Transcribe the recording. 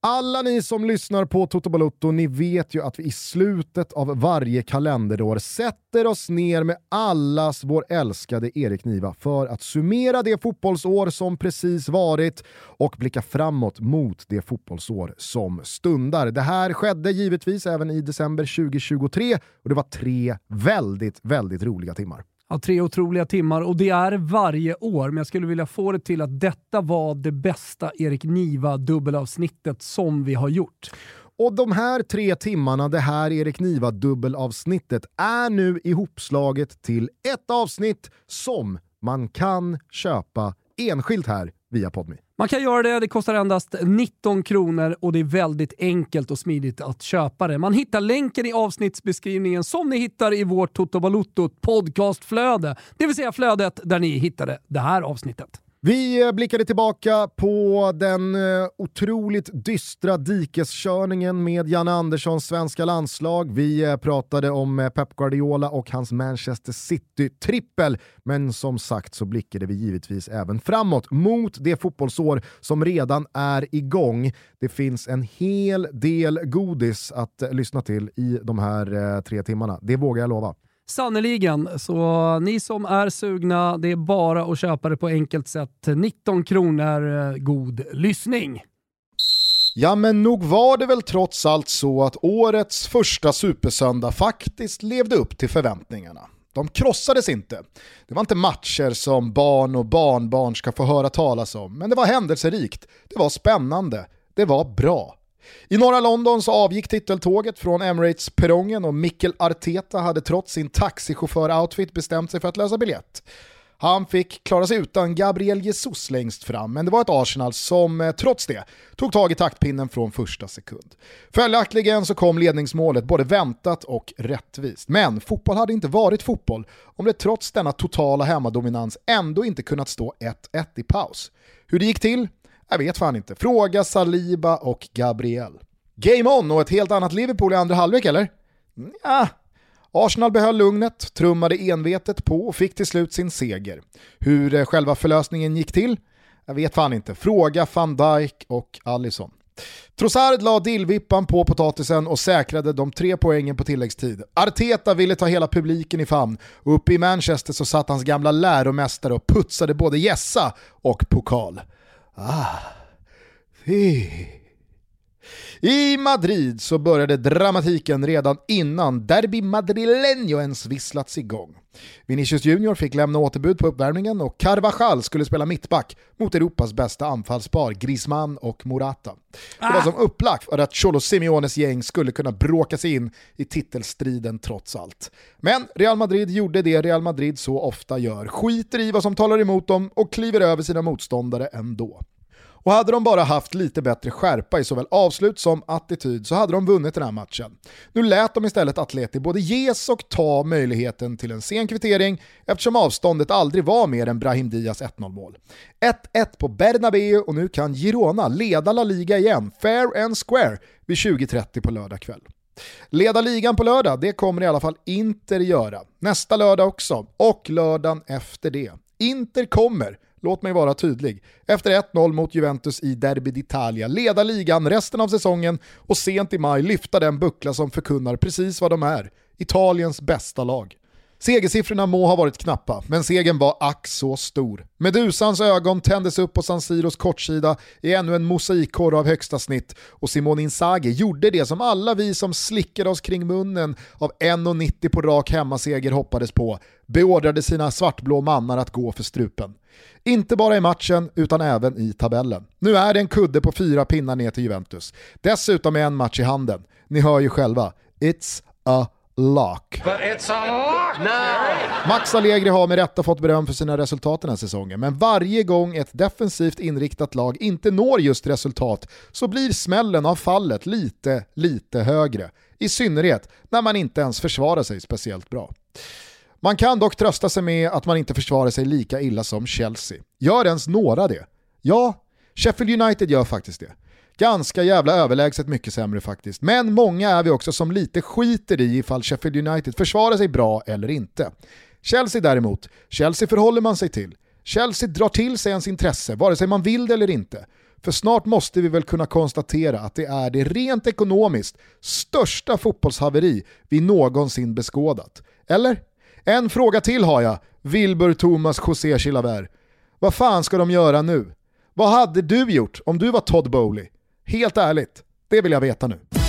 Alla ni som lyssnar på Toto Balotto, ni vet ju att vi i slutet av varje kalenderår sätter oss ner med allas vår älskade Erik Niva för att summera det fotbollsår som precis varit och blicka framåt mot det fotbollsår som stundar. Det här skedde givetvis även i december 2023 och det var 3 väldigt, väldigt roliga timmar. Ja, 3 otroliga timmar och det är varje år, men jag skulle vilja få det till att detta var det bästa Erik Niva dubbelavsnittet som vi har gjort. Och de här 3 timmarna, det här Erik Niva dubbelavsnittet, är nu ihopslaget till ett avsnitt som man kan köpa enskilt här via Podme. Man kan göra det kostar endast 19 kronor och det är väldigt enkelt och smidigt att köpa det. Man hittar länken i avsnittsbeskrivningen som ni hittar i vårt Toto Balotto podcastflöde. Det vill säga flödet där ni hittade det här avsnittet. Vi blickade tillbaka på den otroligt dystra dikeskörningen med Janne Anderssons svenska landslag. Vi pratade om Pep Guardiola och hans Manchester City-trippel. Men som sagt så blickade vi givetvis även framåt mot det fotbollsår som redan är igång. Det finns en hel del godis att lyssna till i de här 3 timmarna. Det vågar jag lova. Sannoliken, så ni som är sugna, det är bara att köpa det på enkelt sätt. 19 kronor, god lyssning. Ja, men nog var det väl trots allt så att årets första supersöndag faktiskt levde upp till förväntningarna. De krossades inte. Det var inte matcher som barn och barnbarn ska få höra talas om, men det var händelserikt, det var spännande, det var bra. I norra London så avgick titeltåget från Emirates-perrongen och Mikel Arteta hade trots sin taxichaufför-outfit bestämt sig för att lösa biljett. Han fick klara sig utan Gabriel Jesus längst fram, men det var ett Arsenal som trots det tog tag i taktpinnen från första sekund. Följaktligen så kom ledningsmålet både väntat och rättvist. Men fotboll hade inte varit fotboll om det trots denna totala hemmadominans ändå inte kunnat stå 1-1 i paus. Hur det gick till? Jag vet fan inte. Fråga Saliba och Gabriel. Game on och ett helt annat Liverpool i andra halvlek, eller? Ja. Arsenal behöll lugnet, trummade envetet på och fick till slut sin seger. Hur själva förlösningen gick till? Jag vet fan inte. Fråga Van Dijk och Alisson. Trossard la dillvippan på potatisen och säkrade de 3 poängen på tilläggstid. Arteta ville ta hela publiken i famn och uppe i Manchester så satt hans gamla läromästare och putsade både gässa och pokal. I Madrid så började dramatiken redan innan Derby Madrileño ens visslats igång. Vinicius Junior fick lämna återbud på uppvärmningen och Carvajal skulle spela mittback mot Europas bästa anfallspar Griezmann och Morata. Det var som upplagt för att Cholo Simeones gäng skulle kunna bråka sig in i titelstriden trots allt. Men Real Madrid gjorde det Real Madrid så ofta gör. Skiter i vad som talar emot dem och kliver över sina motståndare ändå. Och hade de bara haft lite bättre skärpa i såväl avslut som attityd så hade de vunnit den här matchen. Nu lät de istället Atleti både ges och ta möjligheten till en sen kvittering eftersom avståndet aldrig var mer än Brahim Diaz 1-0-mål. 1-1 på Bernabéu och nu kan Girona leda La Liga igen, fair and square, vid 20:30 på lördag kväll. Leda ligan på lördag, det kommer i alla fall Inter göra. Nästa lördag också och lördagen efter det. Inter kommer, låt mig vara tydlig, efter 1-0 mot Juventus i Derby d'Italia leda ligan resten av säsongen och sent i maj lyfta den buckla som förkunnar precis vad de är, Italiens bästa lag. Segersiffrorna må ha varit knappa, men segern var ack så stor. Medusans ögon tändes upp på San Siros kortsida i ännu en mosaikkorr av högsta snitt och Simone Inzaghi gjorde det som alla vi som slickade oss kring munnen av 1,90 på rak hemmaseger hoppades på, beordrade sina svartblå mannar att gå för strupen. Inte bara i matchen utan även i tabellen. Nu är det en kudde på 4 pinnar ner till Juventus. Dessutom är en match i handen. Ni hör ju själva. It's a lock. But it's a lock now. Max Allegri har med rätta fått beröm för sina resultat den här säsongen, men varje gång ett defensivt inriktat lag inte når just resultat så blir smällen av fallet lite högre. I synnerhet när man inte ens försvarar sig speciellt bra. Man kan dock trösta sig med att man inte försvarar sig lika illa som Chelsea. Gör ens några det? Ja, Sheffield United gör faktiskt det. Ganska jävla överlägset mycket sämre faktiskt. Men många är vi också som lite skiter i ifall Sheffield United försvarar sig bra eller inte. Chelsea däremot, Chelsea förhåller man sig till. Chelsea drar till sig ens intresse, vare sig man vill det eller inte. För snart måste vi väl kunna konstatera att det är det rent ekonomiskt största fotbollshaveri vi någonsin beskådat. Eller? En fråga till har jag, Wilbur Thomas José Chilavert. Vad fan ska de göra nu? Vad hade du gjort om du var Todd Bowley? Helt ärligt, det vill jag veta nu.